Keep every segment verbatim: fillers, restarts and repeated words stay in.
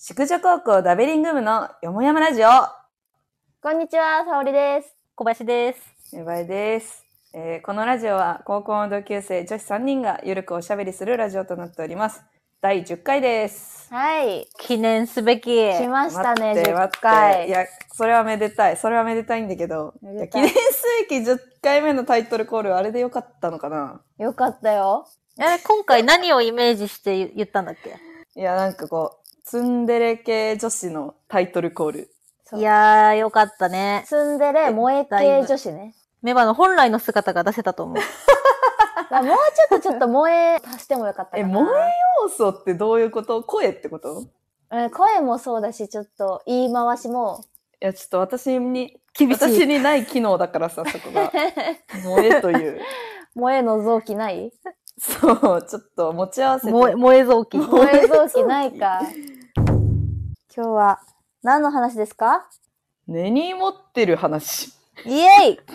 宿女高校ダベリング部のよもやまラジオ。 こんにちは、さおりです。 小林です。 ゆばえです、えー。このラジオは高校の同級生女子さんにんがゆるくおしゃべりするラジオとなっております。だいじゅっかいです。 はい。 記念すべき。 来ましたね、じゅっかい。いや、それはめでたい。それはめでたいんだけど、いや記念すべきじゅっかいめのタイトルコールはあれでよかったのかな？ よかったよ。 え、今回何をイメージして言ったんだっけ？ いや、なんかこう、ツンデレ系女子のタイトルコール。 いやー、よかったね。 ツンデレ、萌え系女子ね。 メバの本来の姿が出せたと思う。 もうちょっとちょっと萌え足してもよかったかな。 え、萌え要素ってどういうこと？声ってこと？ え、声もそうだし、ちょっと言い回しも。 いや、ちょっと私に、私にない機能だからさ、そこが。萌えという。 萌えの臓器ない？ そう、ちょっと持ち合わせて。 萌え、萌え臓器。 萌え臓器ないか。今日は何の話ですか？ 根に持ってる話。 イエイ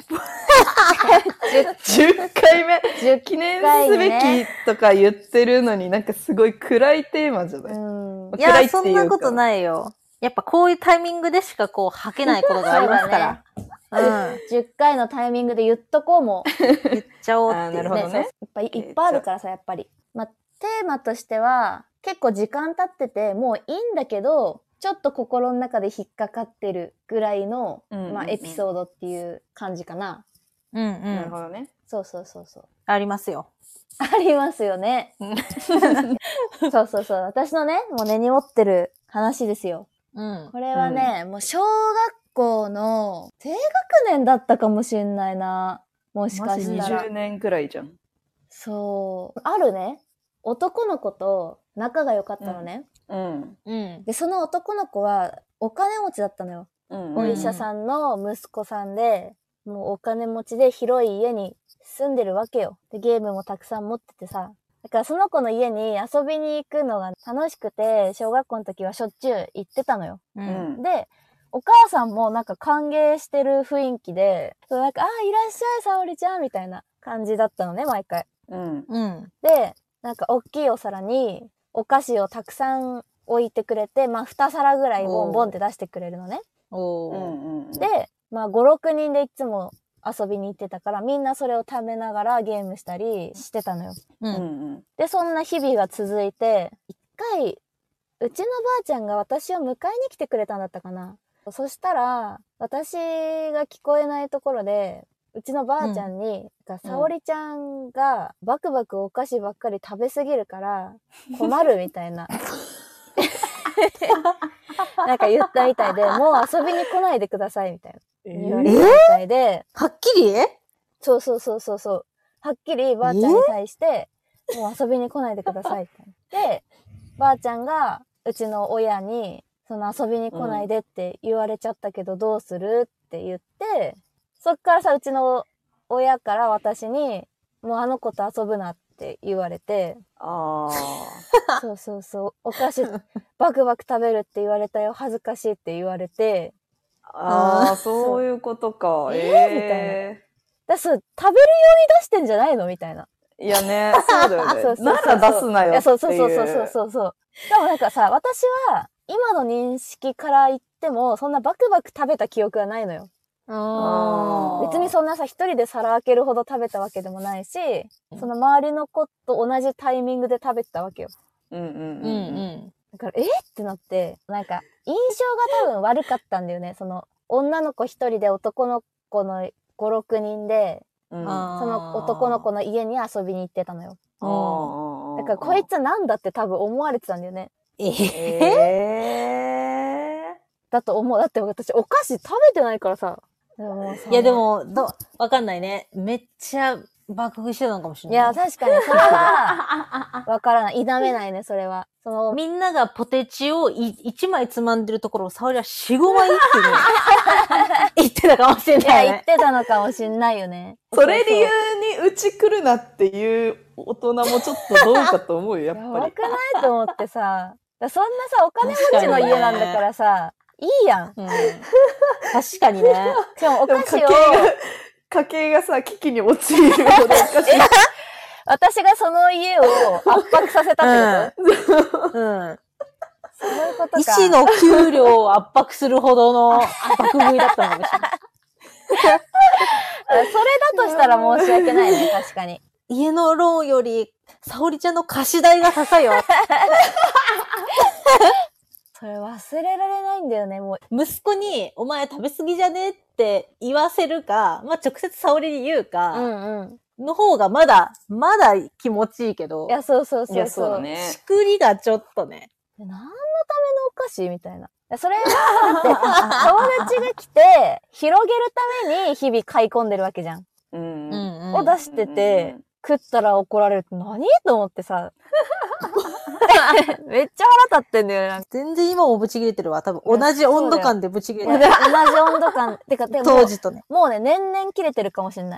じゅっかいめ。じゅっ記念すべきとか言ってるのになんかすごい暗いテーマじゃない？うん、 いや、そんなことないよ。やっぱこういうタイミングでしかこう吐けないことがありますから。 うん。じゅっかいのタイミングで言っとこうも。 言っちゃおうっていうね。 なるほどね。 いっぱいいっぱいあるからさ、やっぱり。まあ、テーマとしては、結構時間経ってて、もういいんだけど、ちょっと心の中で引っかかってるぐらいの、うんうんうん、まあ、エピソードっていう感じかな。 うんうん。 なるほどね。 そうそうそうそう。 ありますよ。 ありますよね。そうそうそう。私のね、もう根に持ってる話ですよ。 うん。 これはね、うん、もう小学校の低学年だったかもしんないな。もしかしたら。 にじゅうねんくらいじゃん。 そう。あるね、男の子と仲が良かったのね。 うん。 うん。で、その男の子はお金持ちだったのよ。うん、お医者さんの息子さんで、もうお金持ちで広い家に住んでるわけよ。で、ゲームもたくさん持っててさ。だからその子の家に遊びに行くのが楽しくて、小学校の時はしょっちゅう行ってたのよ。うん、で、お母さんもなんか歓迎してる雰囲気で、なんか、ああ、いらっしゃい、沙織ちゃんみたいな感じだったのね、毎回。うん。うん。で、なんか大きいお皿にお菓子をたくさん置いてくれて、まあに皿ぐらいボンボンって出してくれるのね。おー。うんうん、で、まあご、ろくにんでいつも遊びに行ってたから、みんなそれを食べながらゲームしたりしてたのよ。うん。うん、で、そんな日々が続いて、一回、うちのばあちゃんが私を迎えに来てくれたんだったかな。そしたら、私が聞こえないところで、うちのばあちゃんに、うん、沙織ちゃんがバクバクお菓子ばっかり食べすぎるから困るみたいな。なんか言ったみたいで、もう遊びに来ないでくださいみたいな。言われたみたいで。 えー、はっきり？ そうそうそうそうそう。はっきりばあちゃんに対して、もう遊びに来ないでくださいって。で、ばあちゃんがうちの親に、その遊びに来ないでって言われちゃったけどどうするって言って、そっからさ、うちの親から私に、もうあの子と遊ぶなって言われて。ああ。そうそうそう。お菓子バクバク食べるって言われたよ。恥ずかしいって言われて。 ああ、そういうことか。 ええー、みたいな。だそう、食べるように出してんじゃないのみたいな。 いやね、そうだよね。そうそうそうそう、なら出すなよっていう。いや、 そうそうそうそうそうそう。でもなんかさ、私は、今の認識から言っても、そんなバクバク食べた記憶はないのよ。あ別にそんなさ、一人で皿開けるほど食べたわけでもないし、その周りの子と同じタイミングで食べてたわけよ。うんうんうん、うん。だから、えってなって、なんか、印象が多分悪かったんだよね。その、女の子一人で男の子のご、ろくにんで、うん、その男の子の家に遊びに行ってたのよ。うん、だから、こいつなんだって多分思われてたんだよね。えー、だと思う。だって私お菓子食べてないからさ。 いやでも、ど、わかんないね。めっちゃ爆食いしてたのかもしれない。 いや、確かにそれは、わからない。否めないね、それは。 その、みんながポテチをいちまいつまんでるところを沙織はよん、ごまいって言ってたかもしれない、ね。 いや、言ってたのかもしれないよね。 それ理由にうち来るなっていう大人もちょっとどうかと思うよ、やっぱり。やばくないと思ってさ。そんなさ、お金持ちの家なんだからさ、いいやん。うん、 確かにね。 しかもお菓子を。 家計がさ、危機に陥るほどお菓子。 私がその家を圧迫させたってこと？うん。 そういうことか。 医師の給料を圧迫するほどの爆食いだったのかもしれない。 それだとしたら申し訳ないね、確かに。 家のローンより、沙織ちゃんの貸し代が高いよ。 それ忘れられないんだよね、もう。 息子に、お前食べ過ぎじゃねって言わせるか、まあ、直接沙織に言うか、 うんうん。 の方がまだ、まだ気持ちいいけど。 いや、そうそうそうそう。いや、そうだね。 しくりがちょっとね。 何のためのお菓子みたいな。それは、だって、友達が来て、広げるために日々買い込んでるわけじゃん。 うん。 うん、を出してて、うん、食ったら怒られるって何と思ってさ。めっちゃ腹立ってんだよね。 全然今もブチ切れてるわ。多分同じ温度感でブチ切れてる。 同じ温度感。てか、でも当時とね。 もうね、年々切れてるかもしれない。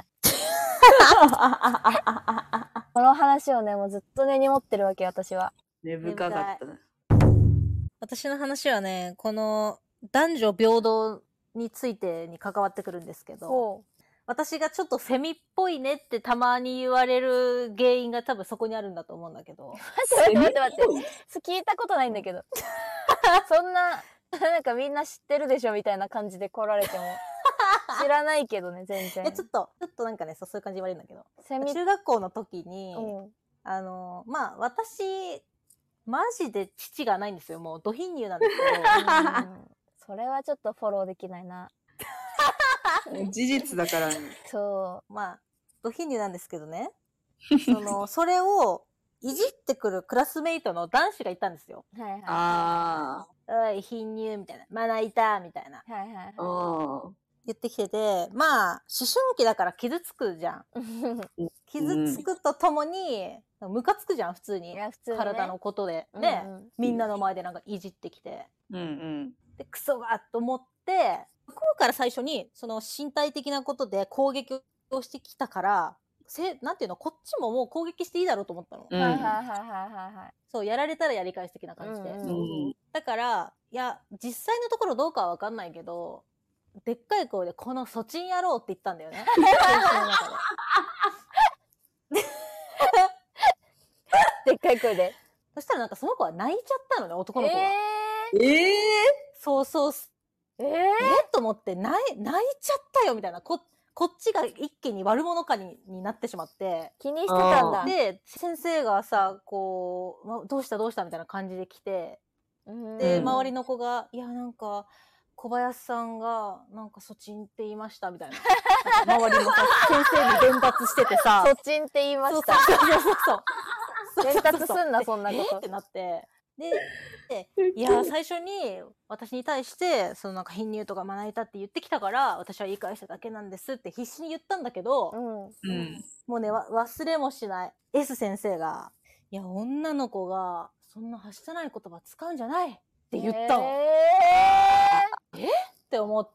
この話をね、もうずっと根に持ってるわけ、私は。 根深かった。 私の話はね、この男女平等についてに関わってくるんですけど、私がちょっとフェミっぽいねってたまに言われる原因が多分そこにあるんだと思うんだけど。 待って待って待って待って。聞いたことないんだけど。そんな、なんかみんな知ってるでしょみたいな感じで来られても。知らないけどね、全然。 え、ちょっと、ちょっとなんかね、そう、そういう感じで言われるんだけど。中学校の時に、うん、あの、まあ、私、マジで父がないんですよ。もう、ド貧乳なんですけど。 うん、それはちょっとフォローできないな。 事実だからね。 そう。 まあ、ド貧乳なんですけどね。その、それを、いじってくるクラスメイトの男子がいたんですよ。 はいはい。 ああ。おい、貧乳みたいな。まな板みたいな。 はいはいはい。 言ってきてて、まあ、思春期だから傷つくじゃん。傷つくとともに、ムカつくじゃん、普通に。 いや普通にね、 体のことで。ね、うんうん、みんなの前でなんかいじってきて。 うんうん、 で、クソがと思って、向こうから最初に、その身体的なことで攻撃をしてきたから、せなんていうの、こっちももう攻撃していいだろうと思ったの。 はいはいはいはいはい。 そう、やられたらやり返す的な感じで。 うんうん、 だから、いや、実際のところどうかはわかんないけど、でっかい声でこのソチン野郎って言ったんだよね。 でっかい声で。 そしたらなんかその子は泣いちゃったのね、男の子が。 えー、えー、そうそう。 えー、 えー、と思って泣い、泣いちゃったよみたいな。こ、こっちが一気に悪者かにになってしまって。 気にしてたんだ。 で、先生がさ、こう、どうしたどうしたみたいな感じで来て。で、周りの子が、いや、なんか、小林さんが、なんか、ソチンって言いました、みたいな。周りもさ、先生に伝達しててさ。 ソチンって言いました。 そうそうそうそう。 伝達すんな、そんなこと。 えってなって。で、でいや、最初に、私に対して、そのなんか、貧乳とかまな板って言ってきたから、私は言い返しただけなんですって必死に言ったんだけど、 うんうん、 もうね、忘れもしない。S 先生が、いや、女の子が、そんなはしたない言葉使うんじゃないって言ったの。えー、えって思って、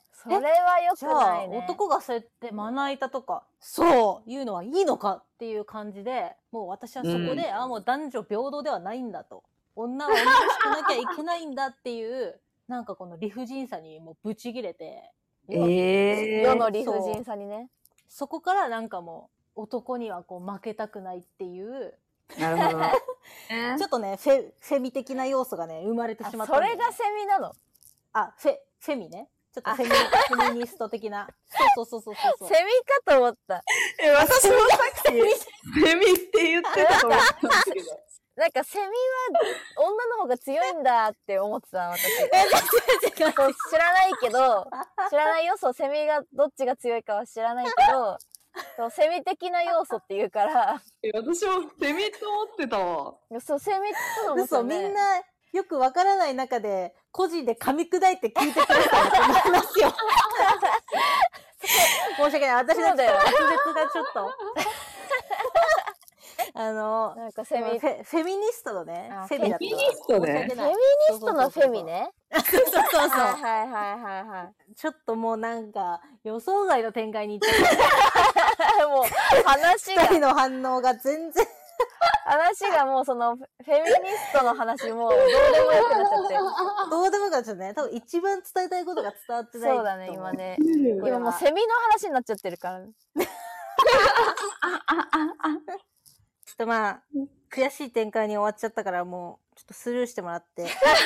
それはよくないね。 じゃあ男がそうやってまな板とか、そういうのはいいのかっていう感じで、もう私はそこで、うん、あもう男女平等ではないんだと。女は女らしくなきゃいけないんだっていう、なんかこの理不尽さにもうブチ切れて。 えー、 世の理不尽さにね。 そこからなんかもう男にはこう負けたくないっていう。 なるほど。 ちょっとね、フェ、フェミ的な要素がね、生まれてしまった、ね。 それがセミなの？ あ、フェ、フェミね。ちょっとフェミ、フェミニスト的な。そうそうそうそうそう。 セミかと思った。 え、私もさっき、セミって言ってたと思ったんですけど。 なんかセミは女の方が強いんだって思ってた、私。そう知らないけど、知らないよ、そう、セミがどっちが強いかは知らないけど、そうセミ的な要素って言うから。 え、私もセミと思ってたわ。 そう、セミと思ってた、ね。 そう、みんなよくわからない中で、個人で噛み砕いて聞いてくれたらと思いますよ。申し訳ない。私の滑舌がちょっと。あの、 なんかセミフェ、フェミニストのね、 フェミだった。フェミニストね。 フェミニストのフェミね。 そうそうそう。はいはいはいはいはい。 ちょっともうなんか、予想外の展開に行っちゃった。 もう、話が。 二人の反応が全然。 話がもうその、フェミニストの話も、どうでもよくなっちゃって。 どうでもよくなっちゃってね。多分一番伝えたいことが伝わってない。 そうだね、今ね。今もうセミの話になっちゃってるから。 ちょっとまあ、悔しい展開に終わっちゃったからもうちょっとスルーしてもらって。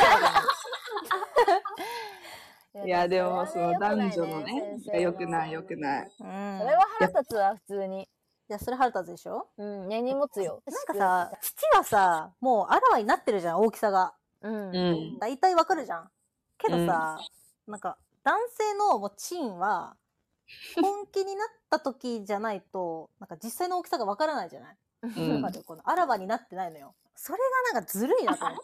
いや、でも、その男女のね、よくない、よくない。 それは腹立つわ、普通に。 いや、それ腹立つでしょ？ うん、根に持つよ。 なんかさ、父はさ、もうあらわになってるじゃん、大きさが。 うん。 大体わかるじゃん。けどさ、なんか、男性のもうチンは、本気になった時じゃないと、なんか実際の大きさがわからないじゃない？うん、このあらわになってないのよ。それがなんかずるいなと思って。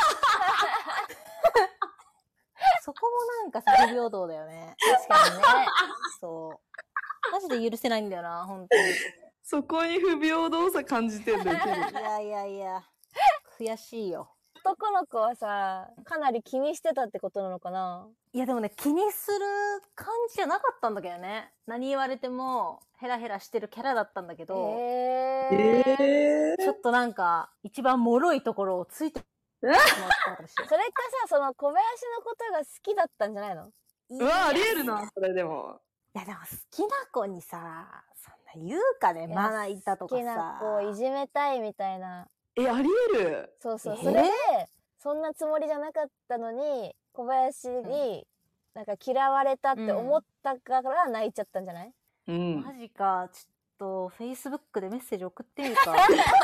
そこもなんかさ、不平等だよね。 確かにね。 そう。マジで許せないんだよな、本当に。 そこに不平等さ感じてんだよ。 いやいやいや、悔しいよ。 男の子はさ、かなり気にしてたってことなのかな？ いやでもね、気にする感じじゃなかったんだけどね。何言われてもヘラヘラしてるキャラだったんだけど、 えー、 ちょっとなんか一番脆いところをついてしまったかもしれない。 それかさ、その小林のことが好きだったんじゃないの？ うわ、ありえるな、それでも。 いやでも好きな子にさ、そんな言うかね、まな板とかさ。 好きな子をいじめたいみたいな。 え、ありえる。 そうそう。それで、そんなつもりじゃなかったのに、小林に、なんか嫌われたって思ったから泣いちゃったんじゃない？ うん。マジか。ちょっと、Facebook でメッセージ送ってみるか。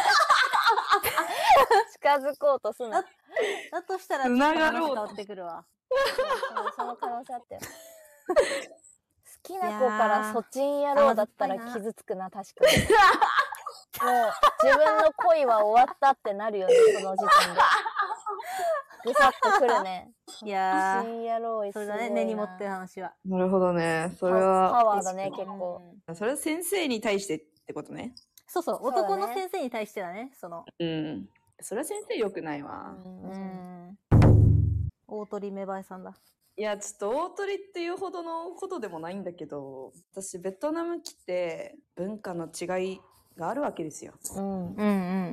近づこうとすな。 だ、だとしたら、ちょっと話変わってくるわ。 その可能性あったよ。好きな子からそちん野郎だったら傷つくな、確かに。もう自分の恋は終わったってなるよね、その時点で。ぐさっとくるね。 いやー、野郎いそれだね、根に持ってる話は。 なるほどね。それは。 パワーだね、結構。 それは先生に対してってことね。 そうそう、男の先生に対してだね、その。 うん。それは先生良くないわ。 うん。大鳥芽生えさんだ。 いや、ちょっと大鳥っていうほどのことでもないんだけど、私、ベトナム来て文化の違いがあるわけですよ。 うん。うんうん。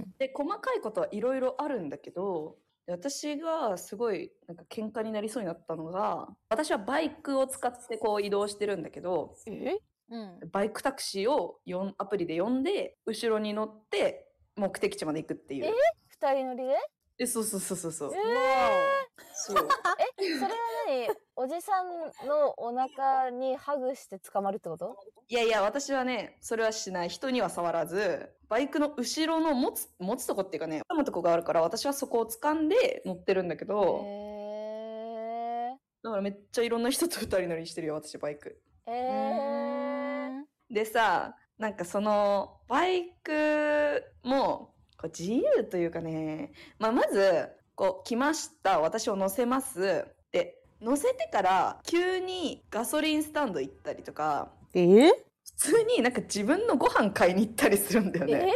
で、細かいことはいろいろあるんだけど、私がすごいなんか喧嘩になりそうになったのが、私はバイクを使ってこう移動してるんだけど、 え？ うん、 バイクタクシーをアプリで呼んで、後ろに乗って目的地まで行くっていう。 え？二人乗りで？ え、そうそうそうそうそう。 えー、 そうえ、それは何？おじさんのお腹にハグして捕まるってこと？ いやいや、私はね、それはしない。人には触らず、バイクの後ろの持つ、持つとこっていうかね、掴むとこがあるから、私はそこを掴んで乗ってるんだけど、 えー、 だからめっちゃいろんな人と二人乗りしてるよ、私、バイク。 えー、 でさ、なんかその、バイクも、こう自由というかね、まあ、まず、こう、来ました。私を乗せます。で、乗せてから急にガソリンスタンド行ったりとか、 えー、 普通になんか自分のご飯買いに行ったりするんだよね。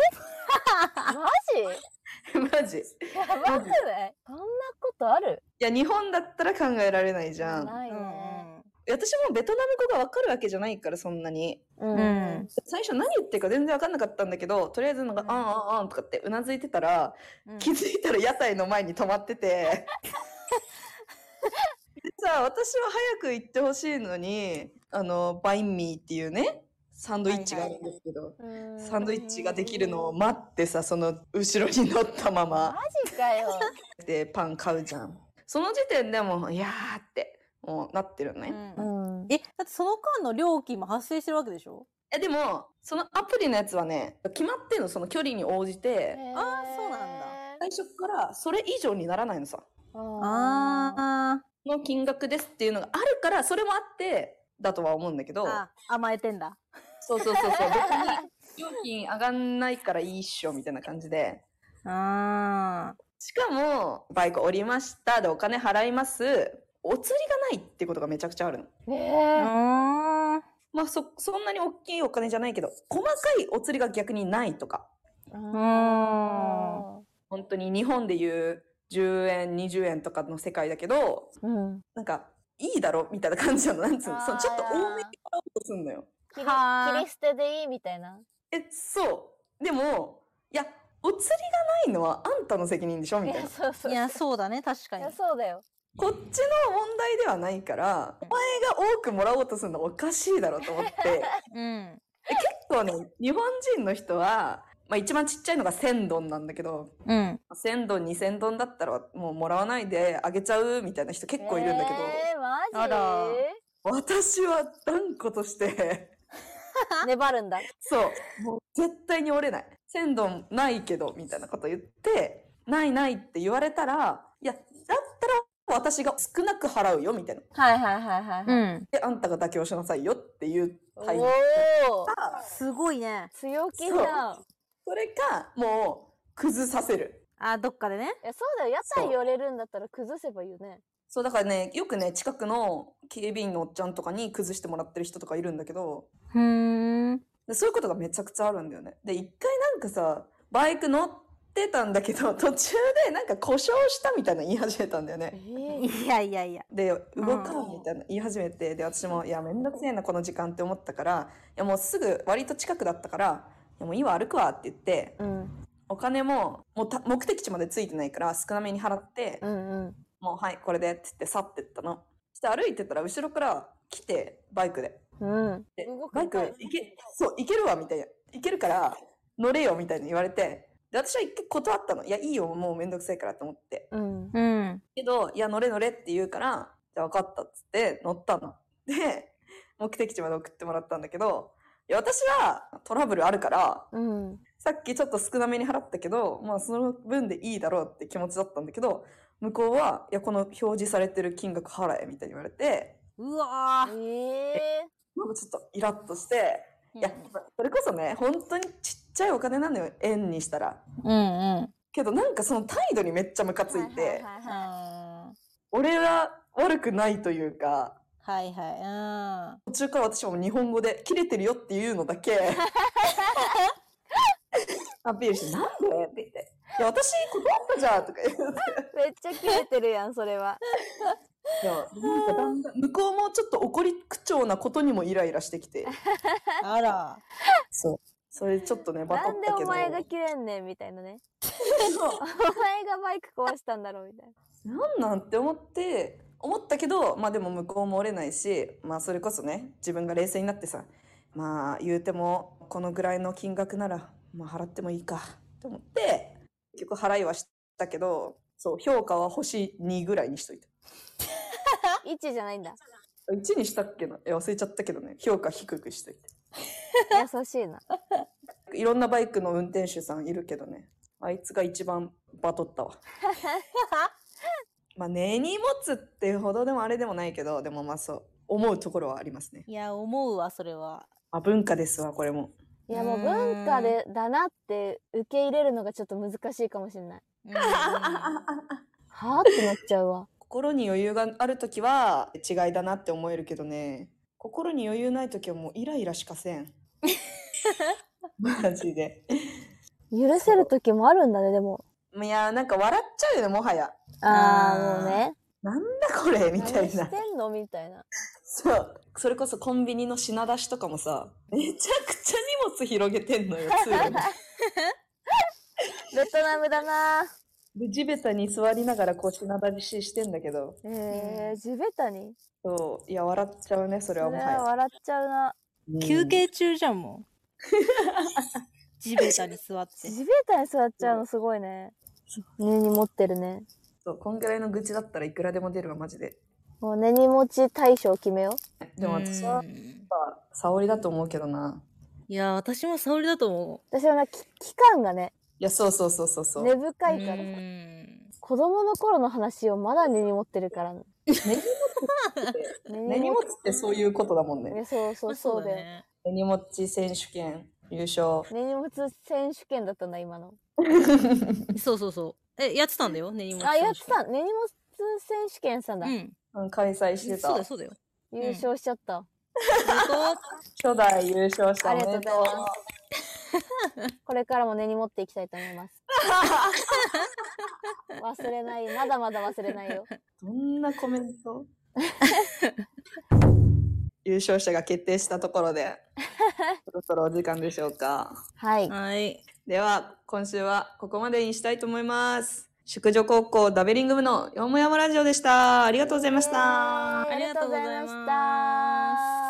えマジ？ マジ。 やばくない？そんなことある？ いや、日本だったら考えられないじゃん。 ないね。 私もベトナム語がわかるわけじゃないから、そんなに。 うん。 最初何言ってるか全然わかんなかったんだけど、とりあえずなんか、うん、あんあんあんとかってうなずいてたら、うん、気づいたら屋台の前に止まってて、でさ、私は早く行ってほしいのに、あの、バインミーっていうね、サンドイッチがあるんですけど、はいはい、サンドイッチができるのを待ってさ、その後ろに乗ったまま。 マジかよ。 で、パン買うじゃん。その時点でもう、いやーって、もうなってるのね。 うん、 え、だってその間の料金も発生してるわけでしょ？ え、でも、そのアプリのやつはね、決まってんの、その距離に応じて。 ああ、そうなんだ。 最初からそれ以上にならないのさ。 ああ。 の金額ですっていうのがあるから、それもあって、だとは思うんだけど。 あ、甘えてんだ。 そうそうそうそう。別に料金上がんないからいいっしょ、みたいな感じで。 ああ。 しかも、バイク降りましたでお金払います。お釣りがないってことがめちゃくちゃあるの。 えー、 まあそ、そんなに大きいお金じゃないけど、細かいお釣りが逆にないとか。 あ本当に日本でいうじゅうえん、にじゅうえんとかの世界だけど、 うん、 なんか、いいだろみたいな感じなの。なんつうの、そのちょっと多めに払おうとすんのよ。 切り、切り捨てでいいみたいな。 え、そう。でも、いや、お釣りがないのはあんたの責任でしょみたいな。 いや、そうそう。 いや、そうだね、確かに。 いや、そうだよ。 こっちの問題ではないから、お前が多くもらおうとするのおかしいだろうと思って。 うん。 結構ね、日本人の人は、 まあ一番ちっちゃいのがせんドンなんだけど、 うん。 せんドン、にせんドンだったらもうもらわないであげちゃうみたいな人結構いるんだけど、 えー、マジあら私は断固として粘るんだ。 そう、もう絶対に折れない。せんドンないけどみたいなこと言って、ないないって言われたら、いや、だったら私が少なく払うよみたいな。 はいはいはいはい、はい。 うん。 で、あんたが妥協しなさいよっていうタイプ。 おー、 すごいね。 強気じゃん。 それか、もう、崩させる。 あ、どっかでね。 いや、そうだよ。屋台寄れるんだったら崩せばいいよね。 そう、だからね、よくね、近くの警備員のおっちゃんとかに崩してもらってる人とかいるんだけど、 ふーん。 でそういうことがめちゃくちゃあるんだよね。で、一回なんかさ、バイク乗ってたんだけど、途中でなんか故障したみたいな言い始めたんだよね。 えいやいやいや。 で、動かんみたいな言い始めて、で、私も、いや、めんどくせえな、この時間って思ったから、いや、もうすぐ割と近くだったから、いや、もういいわ、歩くわって言って、 ー、うん。 お金も、もうた目的地までついてないから少なめに払って、 うんうん。 もうはい、これでって言って去ってったの。そして歩いてたら後ろから来て、バイクで。 うん。 で動くバイクいけ、そう、いけるわ、みたいな。いけるから乗れよ、みたいに言われて。で、私は一回断ったの。いや、いいよ、もうめんどくさいからと思って。 うん。 うん。 けど、いや、乗れ乗れって言うから、じゃあ分かったっつって乗ったの。で、目的地まで送ってもらったんだけど、いや、私はトラブルあるから、 うん。 さっきちょっと少なめに払ったけど、まあその分でいいだろうって気持ちだったんだけど、向こうは、いや、この表示されてる金額払え、みたいに言われて、 うわー。 ええなんかちょっとイラッとして、いやうん、 それこそね、本当にちっちゃいお金なのよ、円にしたら。 うんうん。 けどなんかその態度にめっちゃムカついて、 はいはいはいはい。 俺は悪くないというか、 はいはい。 途中から私はもう日本語で、切れてるよっていうのだけ、アピールして、なんでって言って。いや、私断ったじゃんとか言って。 めっちゃ切れてるやん、それは。 いや、なんかだんだん、向こうもちょっと怒り口調なことにもイライラしてきて。 あら。 そう。それちょっとね、バトなんでったけど。 お前が切れんねんみたいなね。お前がバイク壊したんだろうみたいな。 なんなんって思って、思ったけど、まあでも向こうも折れないし、まあそれこそね、自分が冷静になってさ、まあ言うても、このぐらいの金額なら、まあ払ってもいいか、と思って、結局払いはしたけど、そう、評価は星にぐらいにしといた。 いちじゃないんだ。 いちにしたっけな、え忘れちゃったけどね、評価低くしといて。 優しいな。 いろんなバイクの運転手さんいるけどね、あいつが一番バトったわ。まあ根に持つっていうほどでもあれでもないけど、でもまあそう思うところはありますね。 いや、思うわ、それは。 あ、文化ですわ、これも。 いやもう文化でだなって受け入れるのがちょっと難しいかもしれない。 うんうん、 はぁってなっちゃうわ。 心に余裕があるときは違いだなって思えるけどね、心に余裕ないときはもうイライラしかせん。マジで。 許せる時もあるんだね、でも。 いや、なんか笑っちゃうよね、もはや。 あー、もうね。 なんだこれみたいな。 何してんのみたいな。 そう。それこそコンビニの品出しとかもさ、めちゃくちゃ荷物広げてんのよ、通路に。 ベトナムだな。 で、地べたに座りながらこう品出ししてんだけど、 えー、地べたにそう、いや、笑っちゃうね、それはそれもはや。 は笑っちゃうな。 うん休憩中じゃん、もう。地べたに座って。 地べたに座っちゃうのすごいね。根に持ってるね。 そう、こんぐらいの愚痴だったらいくらでも出るわ、マジで。 もう根に持ち大賞決めよでも私は、 うん沙織だと思うけどな。 いや、私も沙織だと思う。私はな、き期間がね、 いや、そうそうそうそうそう。 根深う。 いからさ。 うん子供の頃の話をまだ根に持ってるから。根根に持つってそういうことだもんね。 ね、そうそうまあそうで。 だね。 根に持ち選手権優勝。 根に持つ選手権だったんだ、今の。 そうそうそう。え、やってたんだよ、根に持ちあ、やって選手権。 た。根に持つ選手権さんだ。 うん。 うん開催してた。 そうだよ、そうだよ。 優勝しちゃった。 おめでとう。 初代優勝した。 ありがとうございますおめでとこれからも根に持っていきたいと思います。忘れない。まだまだ忘れないよ。 うどんなコメント優勝者が決定したところで、そろそろお時間でしょうか。 はい。 はい。 では、今週はここまでにしたいと思います。宿女高校ダベリング部のよもやまラジオでした。ありがとうございました。 ありがとうございましたありがとうございました。